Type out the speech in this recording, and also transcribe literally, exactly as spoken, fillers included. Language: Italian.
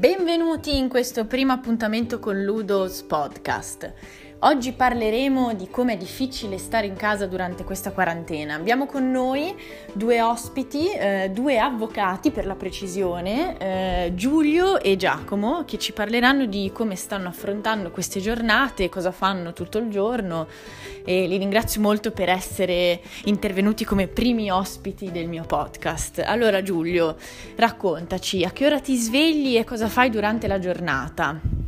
Benvenuti in questo primo appuntamento con Ludo's Podcast. Oggi parleremo di come è difficile stare in casa durante questa quarantena. Abbiamo con noi due ospiti, eh, due avvocati per la precisione, eh, Giulio e Giacomo, che ci parleranno di come stanno affrontando queste giornate, cosa fanno tutto il giorno, e li ringrazio molto per essere intervenuti come primi ospiti del mio podcast. Allora Giulio, raccontaci a che ora ti svegli e cosa fai durante la giornata?